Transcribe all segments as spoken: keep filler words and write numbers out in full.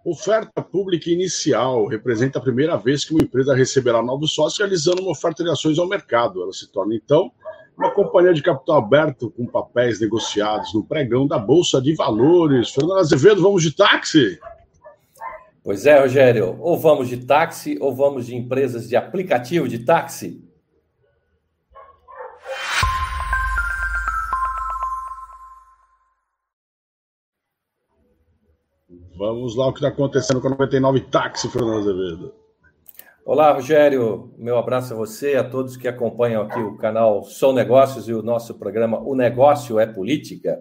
Oferta pública inicial representa a primeira vez que uma empresa receberá novos sócios realizando uma oferta de ações ao mercado. Ela se torna, então, uma companhia de capital aberto com papéis negociados no pregão da Bolsa de Valores. Fernando Azevedo, vamos de táxi? Pois é, Rogério. Ou vamos de táxi ou vamos de empresas de aplicativo de táxi. Vamos lá, o que está acontecendo com a noventa e nove Táxi, Fernando Azevedo. Olá, Rogério. Meu abraço a você, a todos que acompanham aqui o canal São Negócios e o nosso programa O Negócio é Política.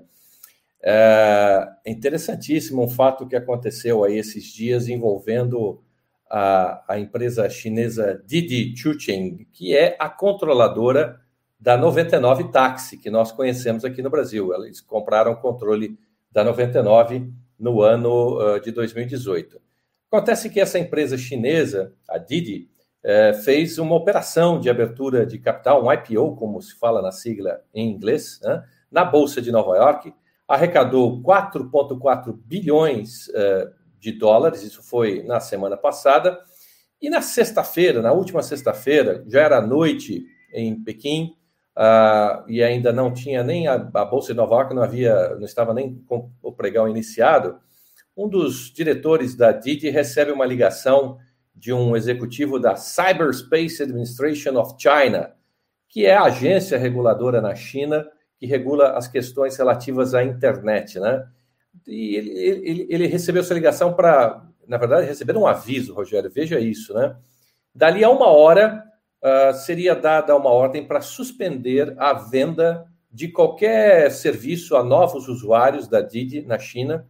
É interessantíssimo um fato que aconteceu aí esses dias envolvendo a, a empresa chinesa Didi Chuxing, que é a controladora da noventa e nove Táxi, que nós conhecemos aqui no Brasil. Eles compraram o controle da noventa e nove no ano uh, de dois mil e dezoito. Acontece que essa empresa chinesa, a Didi, eh, fez uma operação de abertura de capital, um I P O, como se fala na sigla em inglês, né, na Bolsa de Nova York, arrecadou quatro vírgula quatro bilhões uh, de dólares, isso foi na semana passada, e na sexta-feira, na última sexta-feira, já era noite em Pequim, Uh, e ainda não tinha nem a, a Bolsa de Nova York, não havia, não estava nem com o pregão iniciado. Um dos diretores da Didi recebe uma ligação de um executivo da Cyberspace Administration of China, que é a agência reguladora na China que regula as questões relativas à internet, né? E ele, ele, ele recebeu essa ligação para, na verdade, receber um aviso, Rogério, veja isso, né? Dali a uma hora, Uh, seria dada uma ordem para suspender a venda de qualquer serviço a novos usuários da Didi na China.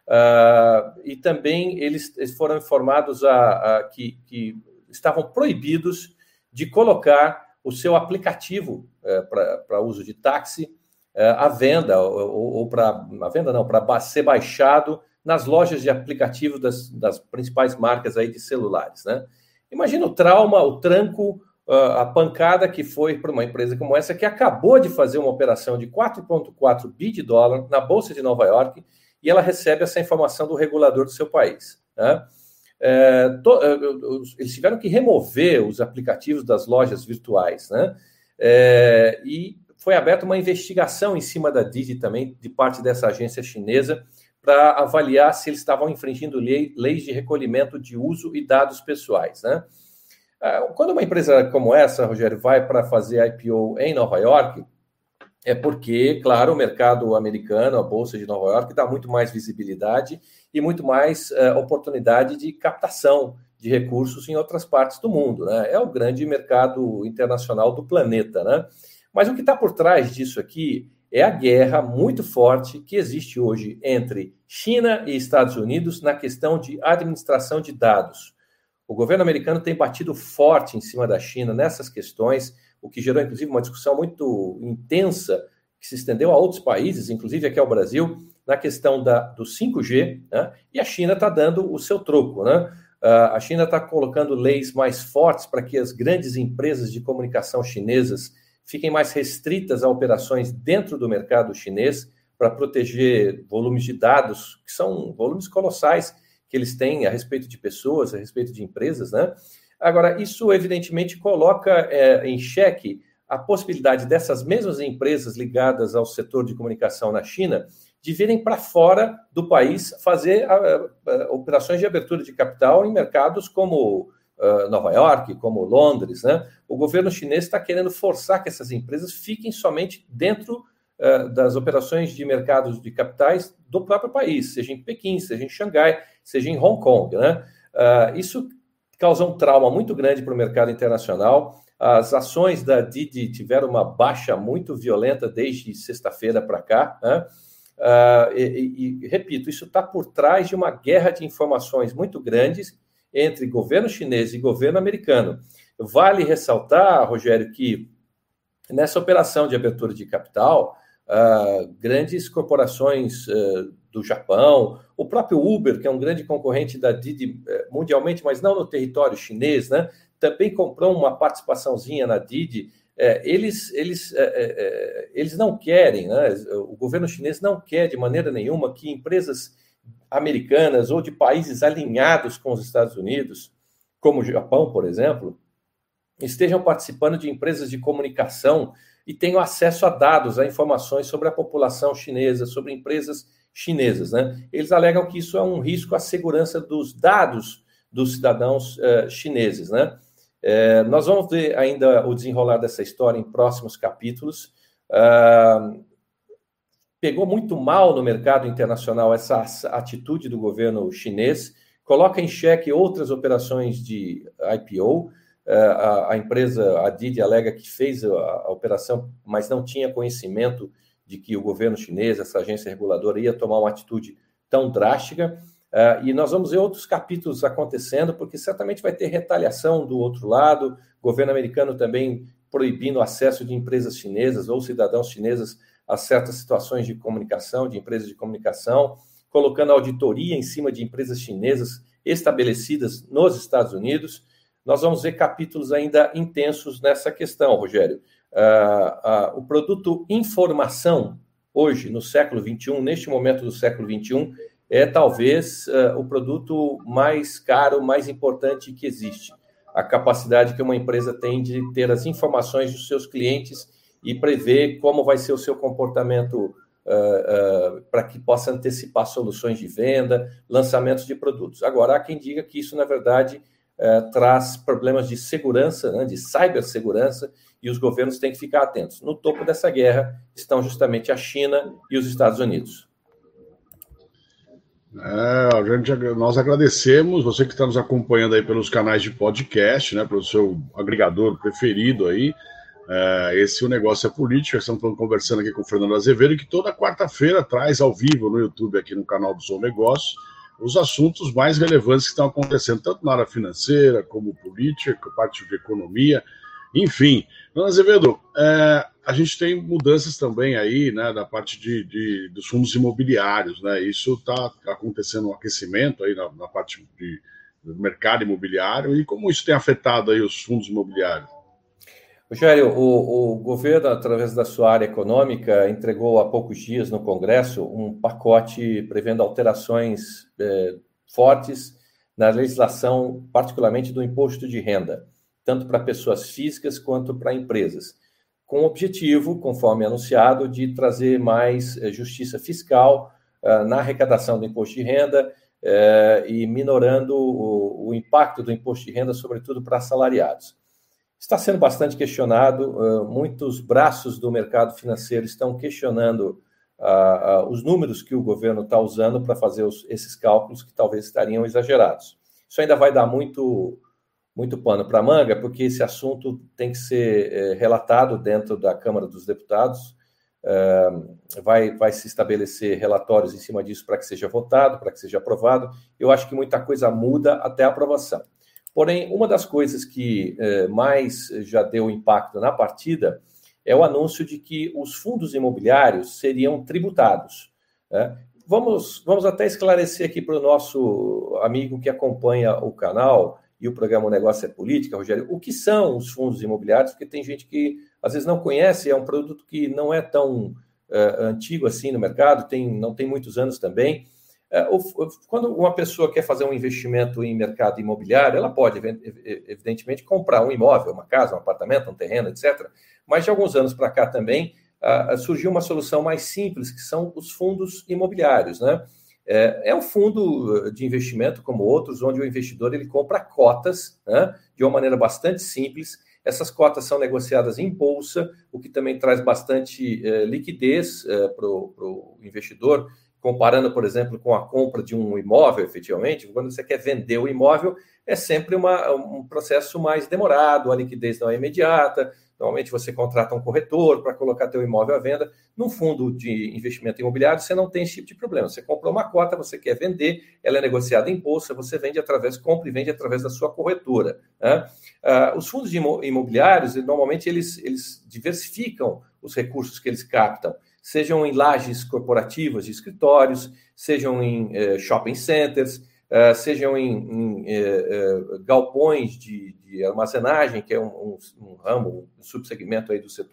Uh, e também eles, eles foram informados a, a, que, que estavam proibidos de colocar o seu aplicativo uh, para uso de táxi uh, à venda, ou, ou para à venda não, para ser baixado nas lojas de aplicativo das, das principais marcas aí de celulares, né? Imagina o trauma, o tranco, a pancada que foi para uma empresa como essa, que acabou de fazer uma operação de quatro vírgula quatro bilhões de dólares na Bolsa de Nova York, e ela recebe essa informação do regulador do seu país, né? É, to, eles tiveram que remover os aplicativos das lojas virtuais, né? É, e foi aberta uma investigação em cima da Didi também, de parte dessa agência chinesa, para avaliar se eles estavam infringindo lei, leis de recolhimento de uso e dados pessoais, né? Quando uma empresa como essa, Rogério, vai para fazer I P O em Nova York, é porque, claro, o mercado americano, a Bolsa de Nova York, dá muito mais visibilidade e muito mais uh, oportunidade de captação de recursos em outras partes do mundo, né? É o grande mercado internacional do planeta, né? Mas o que está por trás disso aqui é a guerra muito forte que existe hoje entre China e Estados Unidos na questão de administração de dados. O governo americano tem batido forte em cima da China nessas questões, o que gerou, inclusive, uma discussão muito intensa que se estendeu a outros países, inclusive aqui ao Brasil, na questão da, do cinco G, né? E a China está dando o seu troco, né? Uh, a China está colocando leis mais fortes para que as grandes empresas de comunicação chinesas fiquem mais restritas a operações dentro do mercado chinês para proteger volumes de dados, que são volumes colossais, que eles têm a respeito de pessoas, a respeito de empresas, né? Agora, isso evidentemente coloca é, em xeque a possibilidade dessas mesmas empresas ligadas ao setor de comunicação na China de virem para fora do país fazer a, a, operações de abertura de capital em mercados como uh, Nova York, como Londres, né? O governo chinês está querendo forçar que essas empresas fiquem somente dentro das operações de mercados de capitais do próprio país, seja em Pequim, seja em Xangai, seja em Hong Kong, né? Uh, isso causa um trauma muito grande para o mercado internacional. As ações da Didi tiveram uma baixa muito violenta desde sexta-feira para cá, né? Uh, e, e, repito, isso está por trás de uma guerra de informações muito grandes entre governo chinês e governo americano. Vale ressaltar, Rogério, que nessa operação de abertura de capital, Uh, grandes corporações uh, do Japão, o próprio Uber, que é um grande concorrente da Didi uh, mundialmente, mas não no território chinês, né? Também comprou uma participaçãozinha na Didi. Uh, eles, eles, uh, uh, eles não querem, né? O governo chinês não quer de maneira nenhuma que empresas americanas ou de países alinhados com os Estados Unidos, como o Japão, por exemplo, estejam participando de empresas de comunicação e tenham acesso a dados, a informações sobre a população chinesa, sobre empresas chinesas, né? Eles alegam que isso é um risco à segurança dos dados dos cidadãos uh, chineses, né? É, nós vamos ver ainda o desenrolar dessa história em próximos capítulos. Uh, pegou muito mal no mercado internacional essa atitude do governo chinês, coloca em xeque outras operações de I P O. Uh, a, a empresa, a Didi, alega que fez a, a operação, mas não tinha conhecimento de que o governo chinês, essa agência reguladora, ia tomar uma atitude tão drástica. Uh, e nós vamos ver outros capítulos acontecendo, porque certamente vai ter retaliação do outro lado, o governo americano também proibindo o acesso de empresas chinesas ou cidadãos chineses a certas situações de comunicação, de empresas de comunicação, colocando auditoria em cima de empresas chinesas estabelecidas nos Estados Unidos. Nós vamos ver capítulos ainda intensos nessa questão, Rogério. Uh, uh, o produto informação, hoje, no século vinte e um, neste momento do século vinte e um, é talvez uh, o produto mais caro, mais importante que existe. A capacidade que uma empresa tem de ter as informações dos seus clientes e prever como vai ser o seu comportamento uh, uh, para que possa antecipar soluções de venda, lançamentos de produtos. Agora, há quem diga que isso, na verdade, uh, traz problemas de segurança, né, de cibersegurança, e os governos têm que ficar atentos. No topo dessa guerra estão justamente a China e os Estados Unidos. É, a gente, nós agradecemos você que está nos acompanhando aí pelos canais de podcast, né, pelo seu agregador preferido aí. É, esse O Negócio é Política, estamos conversando aqui com o Fernando Azevedo, que toda quarta-feira traz ao vivo no YouTube, aqui no canal do Som Negócio, os assuntos mais relevantes que estão acontecendo, tanto na área financeira, como política, parte de economia, enfim. Fernando Azevedo, é, a gente tem mudanças também aí, né, da parte de, de, dos fundos imobiliários, né, isso está acontecendo um aquecimento aí na, na parte de, do mercado imobiliário, e como isso tem afetado aí os fundos imobiliários? Rogério, o, o governo, através da sua área econômica, entregou há poucos dias no Congresso um pacote prevendo alterações eh, fortes na legislação, particularmente do imposto de renda, tanto para pessoas físicas quanto para empresas, com o objetivo, conforme anunciado, de trazer mais eh, justiça fiscal eh, na arrecadação do imposto de renda eh, e minorando o, o impacto do imposto de renda, sobretudo para assalariados. Está sendo bastante questionado, uh, muitos braços do mercado financeiro estão questionando uh, uh, os números que o governo está usando para fazer os, esses cálculos que talvez estariam exagerados. Isso ainda vai dar muito, muito pano para a manga, porque esse assunto tem que ser eh, relatado dentro da Câmara dos Deputados, uh, vai, vai se estabelecer relatórios em cima disso para que seja votado, para que seja aprovado. Eu acho que muita coisa muda até a aprovação. Porém, uma das coisas que eh, mais já deu impacto na partida é o anúncio de que os fundos imobiliários seriam tributados. Né? Vamos, vamos até esclarecer aqui para o nosso amigo que acompanha o canal e o programa O Negócio é Política, Rogério, o que são os fundos imobiliários, porque tem gente que às vezes não conhece, é um produto que não é tão eh, antigo assim no mercado, tem, não tem muitos anos também. Quando uma pessoa quer fazer um investimento em mercado imobiliário, ela pode, evidentemente, comprar um imóvel, uma casa, um apartamento, um terreno, etcétera. Mas de alguns anos para cá também uh, surgiu uma solução mais simples, que são os fundos imobiliários, né? É, é um fundo de investimento, como outros, onde o investidor ele compra cotas, né, de uma maneira bastante simples. Essas cotas são negociadas em bolsa, o que também traz bastante uh, liquidez uh, para o investidor. Comparando, por exemplo, com a compra de um imóvel, efetivamente, quando você quer vender o imóvel, é sempre uma, um processo mais demorado, a liquidez não é imediata, normalmente você contrata um corretor para colocar teu imóvel à venda. Num fundo de investimento imobiliário, você não tem esse tipo de problema. Você comprou uma cota, você quer vender, ela é negociada em bolsa, você vende através, compra e vende através da sua corretora. Né? Ah, os fundos de imobiliários, normalmente, eles, eles diversificam os recursos que eles captam, sejam em lajes corporativas de escritórios, sejam em eh, shopping centers, uh, sejam em, em eh, galpões de, de armazenagem, que é um, um, um ramo, um subsegmento aí do setor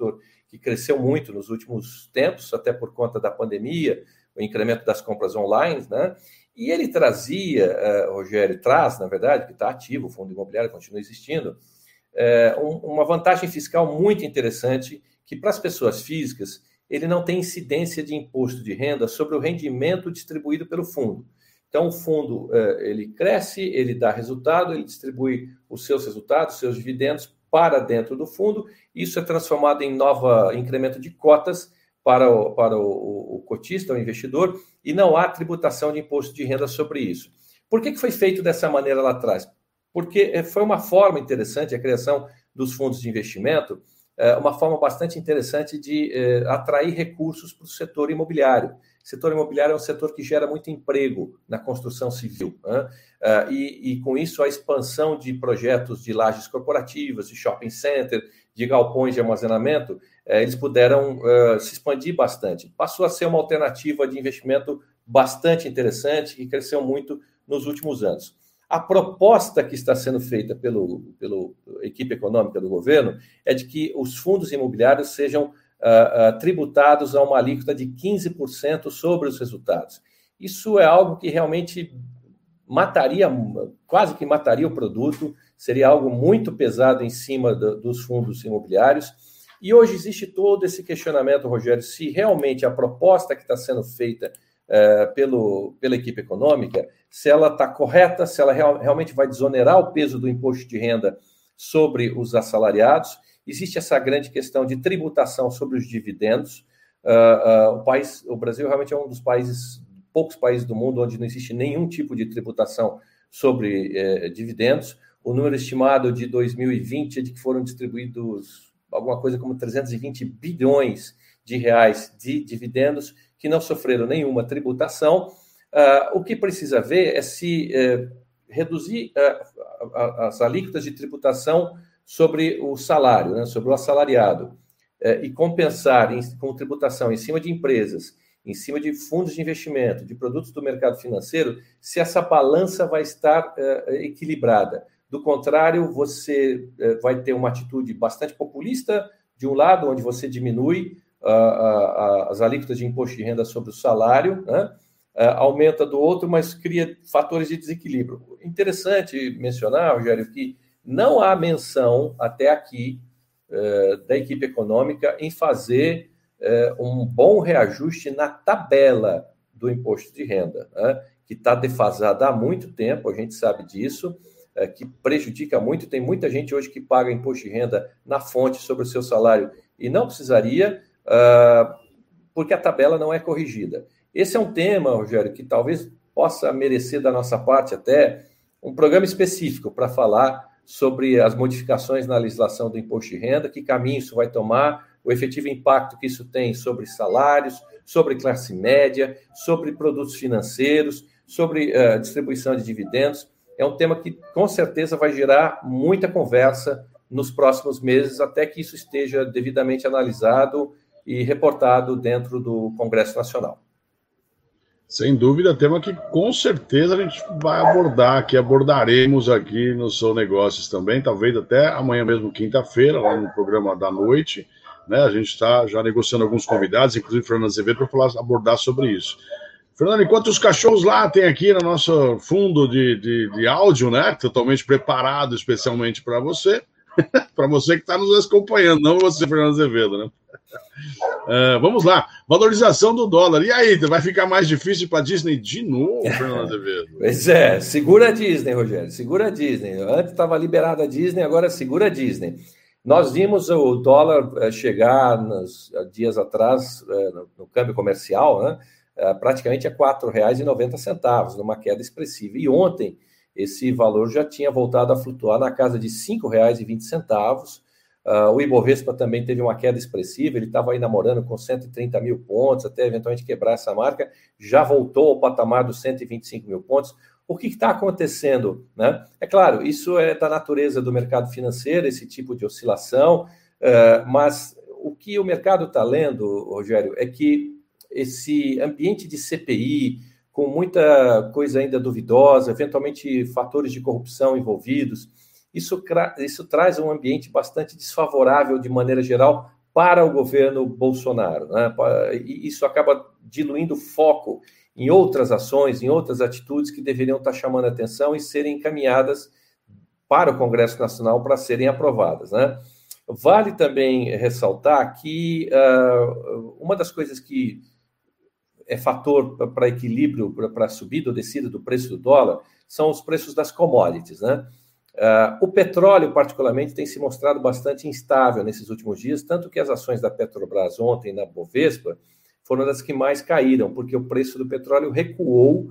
que cresceu muito nos últimos tempos, até por conta da pandemia, o incremento das compras online, né? E ele trazia, uh, Rogério, traz, na verdade, que está ativo, o fundo imobiliário continua existindo, uh, um, uma vantagem fiscal muito interessante, que para as pessoas físicas, ele não tem incidência de imposto de renda sobre o rendimento distribuído pelo fundo. Então, o fundo, uh, ele cresce, ele dá resultado, ele distribui os seus resultados, os seus dividendos para dentro do fundo, isso é transformado em novo incremento de cotas para o, para o, o cotista, o investidor, e não há tributação de imposto de renda sobre isso. Por que que foi feito dessa maneira lá atrás? Porque foi uma forma interessante, a criação dos fundos de investimento, uma forma bastante interessante de atrair recursos para o setor imobiliário. O setor imobiliário é um setor que gera muito emprego na construção civil, né? e, e com isso a expansão de projetos de lajes corporativas, de shopping center, de galpões de armazenamento, eles puderam uh, se expandir bastante. Passou a ser uma alternativa de investimento bastante interessante, que cresceu muito nos últimos anos. A proposta que está sendo feita pelo, pela equipe econômica do governo é de que os fundos imobiliários sejam uh, uh, tributados a uma alíquota de quinze por cento sobre os resultados. Isso é algo que realmente mataria, quase que mataria o produto, seria algo muito pesado em cima do, dos fundos imobiliários. E hoje existe todo esse questionamento, Rogério, se realmente a proposta que está sendo feita uh, pelo, pela equipe econômica, se ela está correta, se ela real, realmente vai desonerar o peso do imposto de renda sobre os assalariados. Existe essa grande questão de tributação sobre os dividendos. Uh, uh, o, país, o Brasil realmente é um dos países, poucos países do mundo onde não existe nenhum tipo de tributação sobre eh, dividendos. O número estimado de dois mil e vinte é de que foram distribuídos alguma coisa como trezentos e vinte bilhões de reais de dividendos que não sofreram nenhuma tributação. Uh, o que precisa ver é se uh, reduzir uh, as alíquotas de tributação sobre o salário, né, sobre o assalariado, uh, e compensar em, com tributação em cima de empresas, em cima de fundos de investimento, de produtos do mercado financeiro, se essa balança vai estar uh, equilibrada. Do contrário, você uh, vai ter uma atitude bastante populista, de um lado, onde você diminui uh, uh, as alíquotas de imposto de renda sobre o salário, né? Uh, aumenta do outro, mas cria fatores de desequilíbrio. Interessante mencionar, Rogério, que não há menção até aqui uh, da equipe econômica em fazer uh, um bom reajuste na tabela do imposto de renda, né? Que está defasada há muito tempo, a gente sabe disso, uh, que prejudica muito. Tem muita gente hoje que paga imposto de renda na fonte sobre o seu salário e não precisaria, uh, porque a tabela não é corrigida. Esse é um tema, Rogério, que talvez possa merecer da nossa parte até um programa específico para falar sobre as modificações na legislação do imposto de renda, que caminho isso vai tomar, o efetivo impacto que isso tem sobre salários, sobre classe média, sobre produtos financeiros, sobre uh, distribuição de dividendos. É um tema que, com certeza, vai gerar muita conversa nos próximos meses, até que isso esteja devidamente analisado e reportado dentro do Congresso Nacional. Sem dúvida, tema que com certeza a gente vai abordar, que abordaremos aqui no São Negócios também, talvez até amanhã mesmo, quinta-feira, lá no programa da noite, né? A gente está já negociando alguns convidados, inclusive Fernando Azevedo, para falar, abordar sobre isso. Fernando, enquanto os cachorros lá tem aqui no nosso fundo de, de, de áudio, né? Totalmente preparado especialmente para você, para você que está nos acompanhando, não você, Fernando Azevedo, né? Uh, vamos lá, valorização do dólar. E aí, vai ficar mais difícil para a Disney de novo, Fernando Azevedo? Pois é, segura a Disney, Rogério, segura a Disney. Antes estava liberada a Disney, agora segura a Disney. Nós vimos o dólar chegar nos dias atrás no câmbio comercial, né, praticamente a quatro reais e noventa centavos, numa queda expressiva. E ontem esse valor já tinha voltado a flutuar na casa de cinco reais e vinte centavos. Uh, o Ibovespa também teve uma queda expressiva, ele estava aí namorando com cento e trinta mil pontos, até eventualmente quebrar essa marca, já voltou ao patamar dos cento e vinte e cinco mil pontos. O que está acontecendo, né? É claro, isso é da natureza do mercado financeiro, esse tipo de oscilação, uh, mas o que o mercado está lendo, Rogério, é que esse ambiente de C P I, com muita coisa ainda duvidosa, eventualmente fatores de corrupção envolvidos, Isso, isso traz um ambiente bastante desfavorável, de maneira geral, para o governo Bolsonaro, né? E isso acaba diluindo o foco em outras ações, em outras atitudes que deveriam estar chamando a atenção e serem encaminhadas para o Congresso Nacional para serem aprovadas, né? Vale também ressaltar que uh, uma das coisas que é fator para equilíbrio, para a subida ou descida do preço do dólar, são os preços das commodities, né? Uh, o petróleo, particularmente, tem se mostrado bastante instável nesses últimos dias, tanto que as ações da Petrobras ontem na Bovespa foram das que mais caíram, porque o preço do petróleo recuou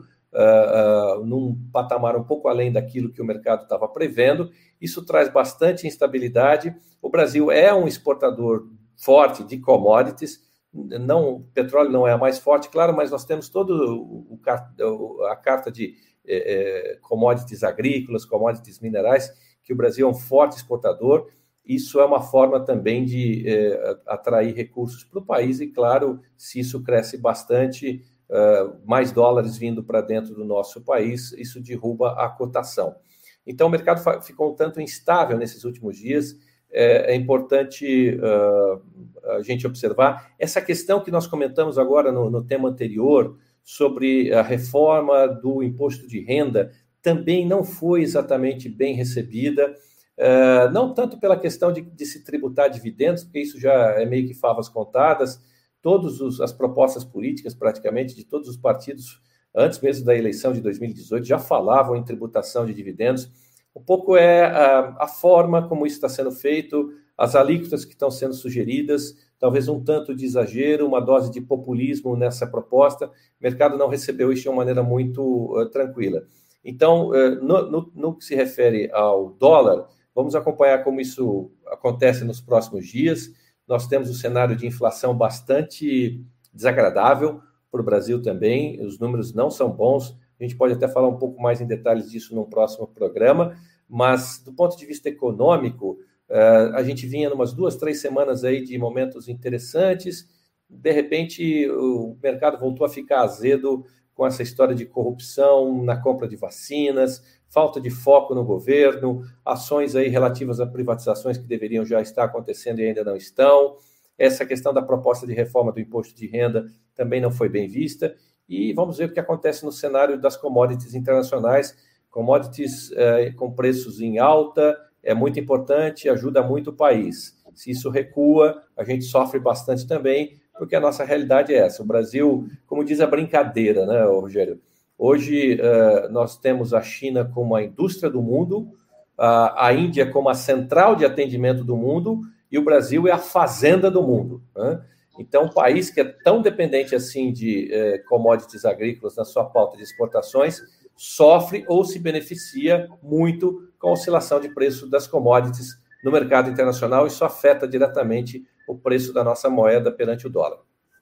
uh, uh, num patamar um pouco além daquilo que o mercado estava prevendo. Isso traz bastante instabilidade. O Brasil é um exportador forte de commodities, não, o petróleo não é a mais forte, claro, mas nós temos todo o, o, a carta de eh, commodities agrícolas, commodities minerais, que o Brasil é um forte exportador. Isso é uma forma também de eh, atrair recursos para o país e, claro, se isso cresce bastante, uh, mais dólares vindo para dentro do nosso país, isso derruba a cotação. Então, o mercado ficou um tanto instável nesses últimos dias. É, é importante uh, a gente observar essa questão que nós comentamos agora no, no tema anterior, sobre a reforma do imposto de renda, também não foi exatamente bem recebida, uh, não tanto pela questão de, de se tributar dividendos, porque isso já é meio que favas contadas. Todas as propostas políticas, praticamente, de todos os partidos, antes mesmo da eleição de dois mil e dezoito, já falavam em tributação de dividendos. Um pouco é a, a forma como isso está sendo feito, as alíquotas que estão sendo sugeridas, talvez um tanto de exagero, uma dose de populismo nessa proposta. O mercado não recebeu isso de uma maneira muito uh, tranquila. Então, uh, no, no, no que se refere ao dólar, vamos acompanhar como isso acontece nos próximos dias. Nós temos um cenário de inflação bastante desagradável para o Brasil também, os números não são bons. A gente pode até falar um pouco mais em detalhes disso num próximo programa, mas do ponto de vista econômico, a gente vinha umas duas, três semanas aí de momentos interessantes. De repente, o mercado voltou a ficar azedo com essa história de corrupção na compra de vacinas, falta de foco no governo, ações aí relativas a privatizações que deveriam já estar acontecendo e ainda não estão. Essa questão da proposta de reforma do imposto de renda também não foi bem vista. E vamos ver o que acontece no cenário das commodities internacionais. Commodities eh, com preços em alta é muito importante, ajuda muito o país. Se isso recua, a gente sofre bastante também, porque a nossa realidade é essa. O Brasil, como diz a brincadeira, né, Rogério? Hoje eh, nós temos a China como a indústria do mundo, a, a Índia como a central de atendimento do mundo, e o Brasil é a fazenda do mundo, né? Então, um país que é tão dependente assim de eh, commodities agrícolas na sua pauta de exportações, sofre ou se beneficia muito com a oscilação de preço das commodities no mercado internacional. Isso afeta diretamente o preço da nossa moeda perante o dólar.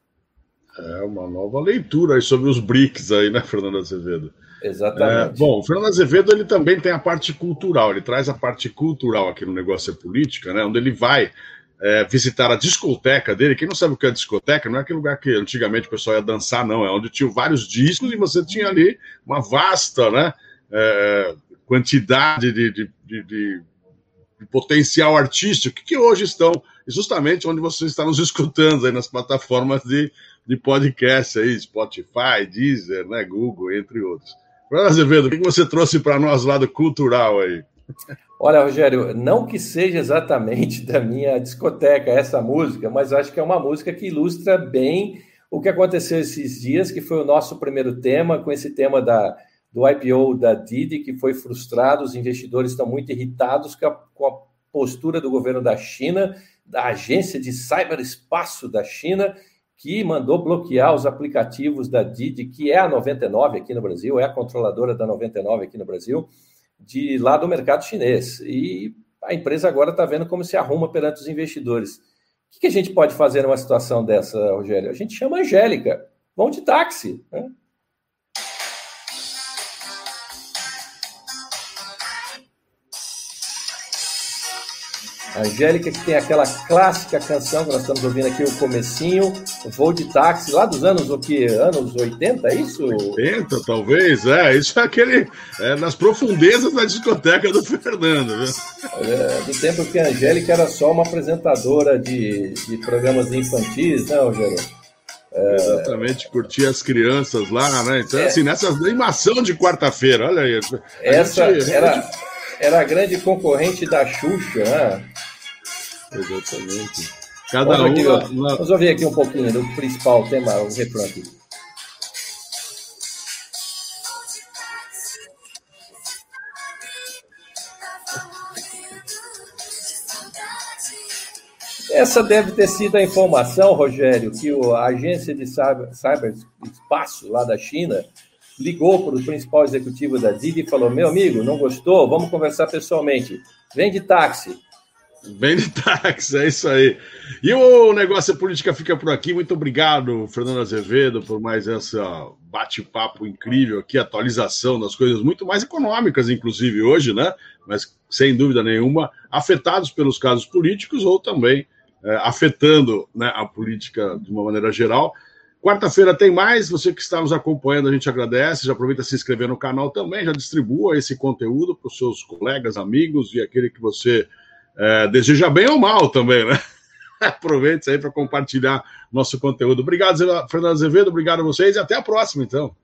É uma nova leitura aí sobre os B R I C S aí, né, Fernando Azevedo? Exatamente. É, bom, o Fernando Azevedo ele também tem a parte cultural, ele traz a parte cultural aqui no Negócio é Política, né, onde ele vai É, visitar a discoteca dele. Quem não sabe o que é discoteca, não é aquele lugar que antigamente o pessoal ia dançar, não. É onde tinha vários discos e você tinha ali uma vasta, né, é, quantidade de, de, de, de potencial artístico que hoje estão justamente onde você está nos escutando aí nas plataformas de, de podcast aí, Spotify, Deezer, né, Google, entre outros. Fernando Azevedo, o que você trouxe para nós lá do cultural aí? Olha, Rogério, não que seja exatamente da minha discoteca essa música, mas acho que é uma música que ilustra bem o que aconteceu esses dias, que foi o nosso primeiro tema, com esse tema da, do I P O da Didi, que foi frustrado. Os investidores estão muito irritados com a, com a postura do governo da China, da agência de ciberespaço da China, que mandou bloquear os aplicativos da Didi, que é a noventa e nove aqui no Brasil, é a controladora da noventa e nove aqui no Brasil, de lá do mercado chinês. E a empresa agora está vendo como se arruma perante os investidores. O que a gente pode fazer numa situação dessa, Rogério? A gente chama a Angélica, vão de táxi, né? A Angélica, que tem aquela clássica canção que nós estamos ouvindo aqui, o comecinho, Voo de Táxi, lá dos anos, o que? Anos oitenta, é isso? oitenta, talvez, é. Isso é aquele, é, nas profundezas da discoteca do Fernando, viu? É, do tempo que a Angélica era só uma apresentadora de, de programas infantis, né, Rogério? É... Exatamente, curtir as crianças lá, né? Então, é. assim, nessa animação de quarta-feira, olha aí. Essa gente... era, era a grande concorrente da Xuxa, né? Exatamente. Cada vamos, aqui, um. Na... vamos ouvir aqui um pouquinho do principal tema, o refrão aqui. Essa deve ter sido a informação, Rogério, que a agência de cyberespaço lá da China ligou para o principal executivo da Didi e falou: meu amigo, não gostou? Vamos conversar pessoalmente. Vem de táxi. Vem de táxi, é isso aí. E o Negócio Política fica por aqui. Muito obrigado, Fernando Azevedo, por mais essa bate-papo incrível aqui, atualização das coisas muito mais econômicas, inclusive hoje, né? Mas, sem dúvida nenhuma, afetados pelos casos políticos ou também é, afetando, né, a política de uma maneira geral. Quarta-feira tem mais, você que está nos acompanhando, a gente agradece, já aproveita se inscrever no canal também, já distribua esse conteúdo para os seus colegas, amigos e aquele que você é, deseja bem ou mal também, né? Aproveite aí para compartilhar nosso conteúdo. Obrigado, Fernando Azevedo, obrigado a vocês e até a próxima, então.